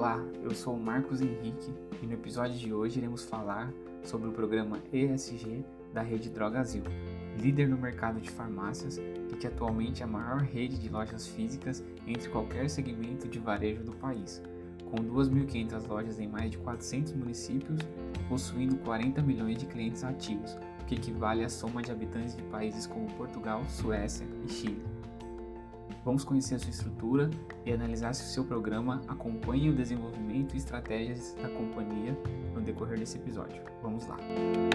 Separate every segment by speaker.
Speaker 1: Olá, eu sou o Marcos Henrique e no episódio de hoje iremos falar sobre o programa ESG da Rede Drogasil, líder no mercado de farmácias e que atualmente é a maior rede de lojas físicas entre qualquer segmento de varejo do país, com 2.500 lojas em mais de 400 municípios, possuindo 40 milhões de clientes ativos, o que equivale à soma de habitantes de países como Portugal, Suécia e Chile. Vamos conhecer a sua estrutura e analisar se o seu programa acompanha o desenvolvimento e estratégias da companhia no decorrer desse episódio. Vamos lá!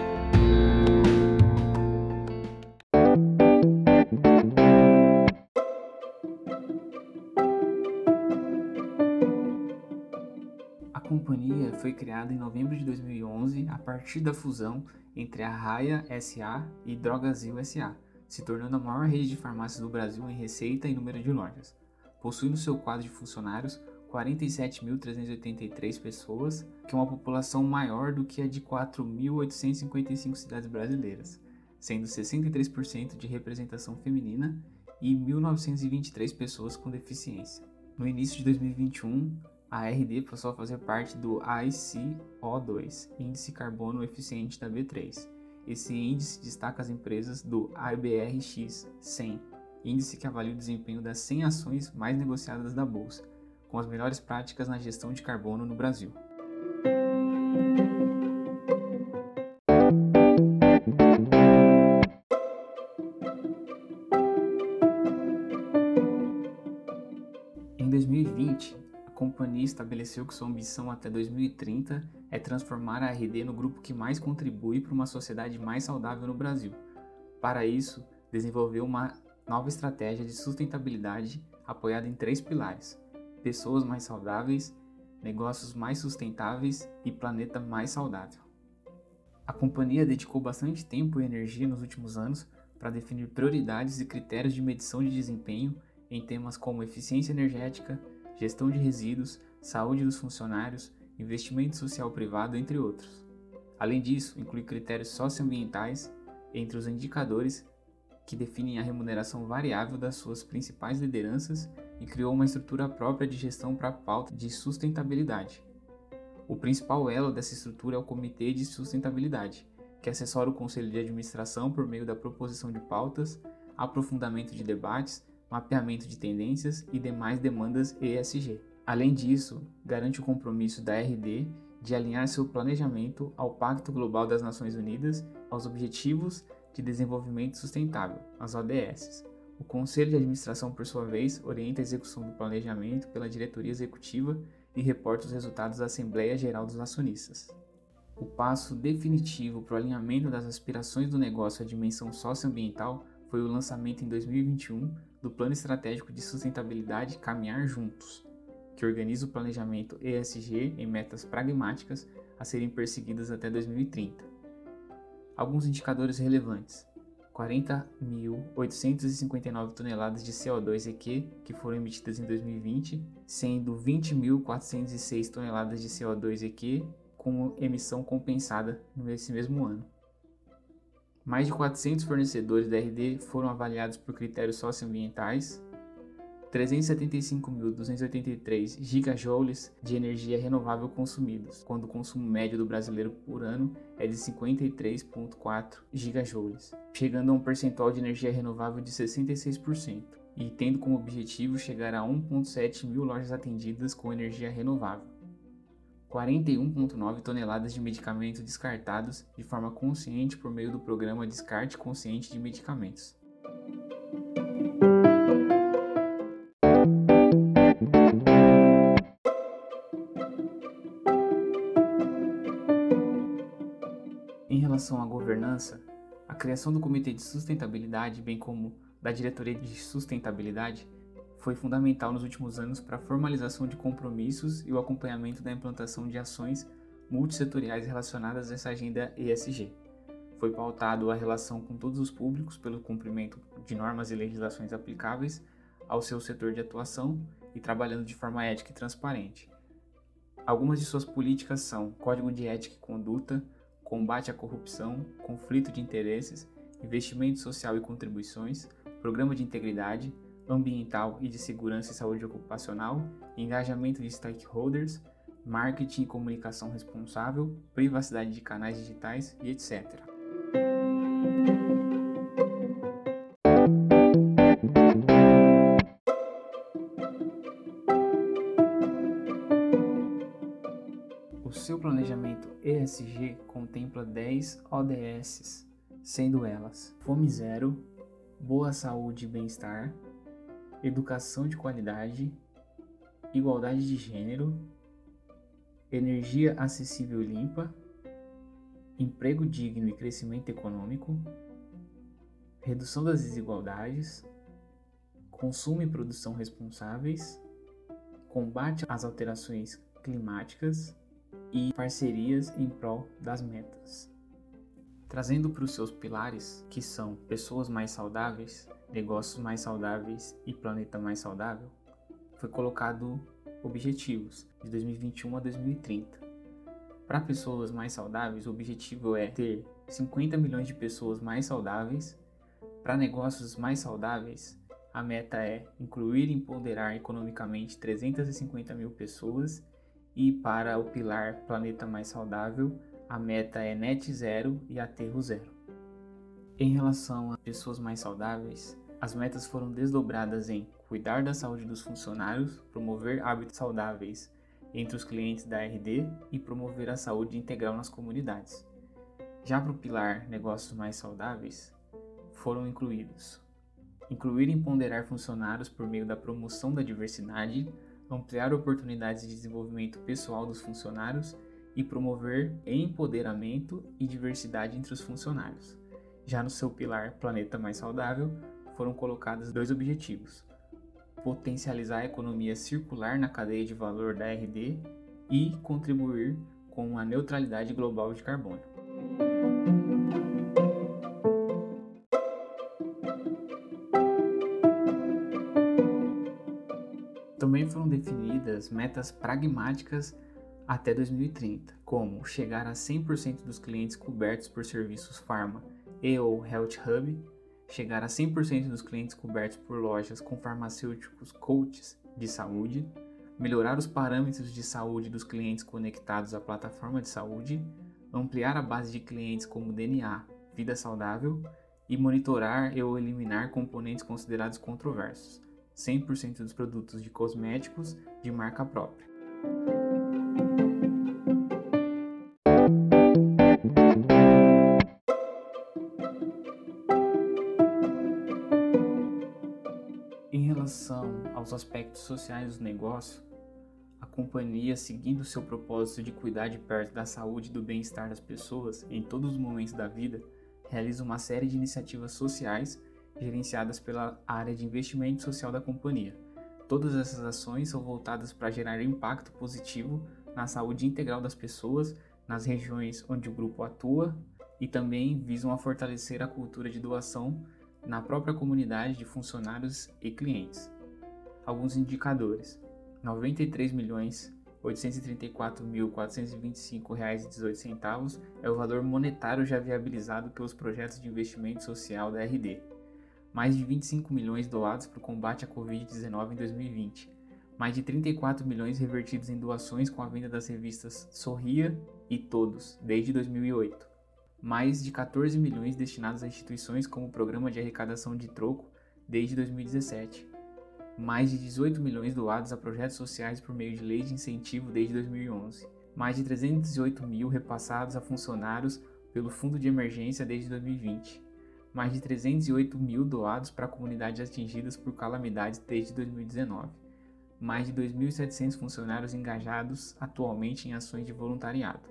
Speaker 1: A companhia foi criada em novembro de 2011 a partir da fusão entre a Raia S.A. e Drogasil S.A., se tornando a maior rede de farmácias do Brasil em receita e número de lojas. Possui no seu quadro de funcionários 47.383 pessoas, que é uma população maior do que a de 4.855 cidades brasileiras, sendo 63% de representação feminina e 1.923 pessoas com deficiência. No início de 2021, a RD passou a fazer parte do ICO2, Índice Carbono Eficiente da B3. Esse índice destaca as empresas do IBRX 100, índice que avalia o desempenho das 100 ações mais negociadas da Bolsa, com as melhores práticas na gestão de carbono no Brasil. Em 2020, a companhia estabeleceu que sua ambição até 2030 é transformar a RD no grupo que mais contribui para uma sociedade mais saudável no Brasil. Para isso, desenvolveu uma nova estratégia de sustentabilidade apoiada em 3 pilares: pessoas mais saudáveis, negócios mais sustentáveis e planeta mais saudável. A companhia dedicou bastante tempo e energia nos últimos anos para definir prioridades e critérios de medição de desempenho em temas como eficiência energética, gestão de resíduos, saúde dos funcionários, investimento social privado, entre outros. Além disso, inclui critérios socioambientais entre os indicadores que definem a remuneração variável das suas principais lideranças e criou uma estrutura própria de gestão para a pauta de sustentabilidade. O principal elo dessa estrutura é o Comitê de Sustentabilidade, que assessora o Conselho de Administração por meio da proposição de pautas, aprofundamento de debates, mapeamento de tendências e demais demandas ESG. Além disso, garante o compromisso da RD de alinhar seu planejamento ao Pacto Global das Nações Unidas, aos Objetivos de Desenvolvimento Sustentável, as ODS. O Conselho de Administração, por sua vez, orienta a execução do planejamento pela diretoria executiva e reporta os resultados à Assembleia Geral dos Acionistas. O passo definitivo para o alinhamento das aspirações do negócio à dimensão socioambiental foi o lançamento em 2021 do Plano Estratégico de Sustentabilidade Caminhar Juntos, que organiza o planejamento ESG em metas pragmáticas a serem perseguidas até 2030. Alguns indicadores relevantes: 40.859 toneladas de CO2 que foram emitidas em 2020, sendo 20.406 toneladas de CO2 com emissão compensada nesse mesmo ano. Mais de 400 fornecedores da RD foram avaliados por critérios socioambientais, 375.283 gigajoules de energia renovável consumidos, quando o consumo médio do brasileiro por ano é de 53,4 gigajoules, chegando a um percentual de energia renovável de 66%, e tendo como objetivo chegar a 1,7 mil lojas atendidas com energia renovável. 41,9 toneladas de medicamentos descartados de forma consciente por meio do programa Descarte Consciente de Medicamentos. Em relação à governança, a criação do Comitê de Sustentabilidade, bem como da Diretoria de Sustentabilidade, foi fundamental nos últimos anos para a formalização de compromissos e o acompanhamento da implantação de ações multissetoriais relacionadas a essa agenda ESG. Foi pautado a relação com todos os públicos pelo cumprimento de normas e legislações aplicáveis ao seu setor de atuação e trabalhando de forma ética e transparente. Algumas de suas políticas são Código de Ética e Conduta, combate à corrupção, conflito de interesses, investimento social e contribuições, programa de integridade, ambiental e de segurança e saúde ocupacional, engajamento de stakeholders, marketing e comunicação responsável, privacidade de canais digitais e etc. O seu planejamento ESG contempla 10 ODS, sendo elas fome zero, boa saúde e bem-estar, educação de qualidade, igualdade de gênero, energia acessível e limpa, emprego digno e crescimento econômico, redução das desigualdades, consumo e produção responsáveis, combate às alterações climáticas e parcerias em prol das metas. Trazendo para os seus pilares, que são pessoas mais saudáveis, negócios mais saudáveis e planeta mais saudável, foi colocado objetivos de 2021 a 2030. Para pessoas mais saudáveis, o objetivo é ter 50 milhões de pessoas mais saudáveis. Para negócios mais saudáveis, a meta é incluir e empoderar economicamente 350 mil pessoas. E para o pilar Planeta Mais Saudável, a meta é net zero e aterro zero. Em relação a pessoas mais saudáveis, as metas foram desdobradas em cuidar da saúde dos funcionários, promover hábitos saudáveis entre os clientes da RD e promover a saúde integral nas comunidades. Já para o pilar Negócios Mais Saudáveis, foram incluídos incluir e empoderar funcionários por meio da promoção da diversidade, ampliar oportunidades de desenvolvimento pessoal dos funcionários e promover empoderamento e diversidade entre os funcionários. Já no seu pilar Planeta Mais Saudável, foram colocados 2 objetivos: potencializar a economia circular na cadeia de valor da RD e contribuir com a neutralidade global de carbono. Também foram definidas metas pragmáticas até 2030, como chegar a 100% dos clientes cobertos por serviços Pharma e ou Health Hub, chegar a 100% dos clientes cobertos por lojas com farmacêuticos coaches de saúde, melhorar os parâmetros de saúde dos clientes conectados à plataforma de saúde, ampliar a base de clientes como DNA, vida saudável e monitorar e ou eliminar componentes considerados controversos. 100% dos produtos de cosméticos de marca própria. Em relação aos aspectos sociais do negócio, a companhia, seguindo seu propósito de cuidar de perto da saúde e do bem-estar das pessoas em todos os momentos da vida, realiza uma série de iniciativas sociais gerenciadas pela área de investimento social da companhia. Todas essas ações são voltadas para gerar impacto positivo na saúde integral das pessoas nas regiões onde o grupo atua e também visam a fortalecer a cultura de doação na própria comunidade de funcionários e clientes. Alguns indicadores: R$ 93.834.425,18 é o valor monetário já viabilizado pelos projetos de investimento social da RD. Mais de 25 milhões doados para o combate à Covid-19 em 2020. Mais de 34 milhões revertidos em doações com a venda das revistas Sorria e Todos, desde 2008. Mais de 14 milhões destinados a instituições como o Programa de Arrecadação de Troco, desde 2017. Mais de 18 milhões doados a projetos sociais por meio de leis de incentivo desde 2011. Mais de 308 mil repassados a funcionários pelo Fundo de Emergência desde 2020. Mais de 308 mil doados para comunidades atingidas por calamidades desde 2019. Mais de 2.700 funcionários engajados atualmente em ações de voluntariado.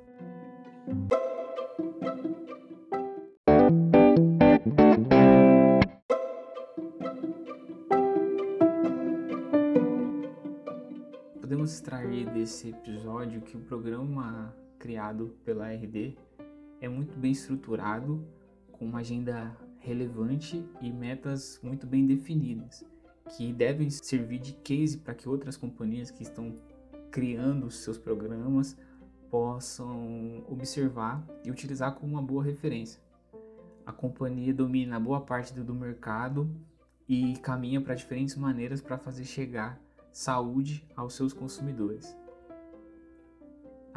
Speaker 1: Podemos extrair desse episódio que o programa criado pela RD é muito bem estruturado, com uma agenda relevante e metas muito bem definidas, que devem servir de case para que outras companhias que estão criando seus programas possam observar e utilizar como uma boa referência. A companhia domina boa parte do mercado e caminha para diferentes maneiras para fazer chegar saúde aos seus consumidores.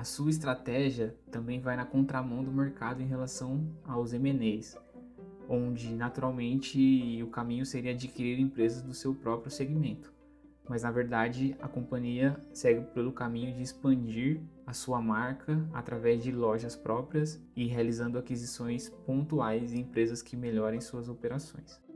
Speaker 1: A sua estratégia também vai na contramão do mercado em relação aos M&As, onde naturalmente o caminho seria adquirir empresas do seu próprio segmento. Mas na verdade a companhia segue pelo caminho de expandir a sua marca através de lojas próprias e realizando aquisições pontuais em empresas que melhorem suas operações.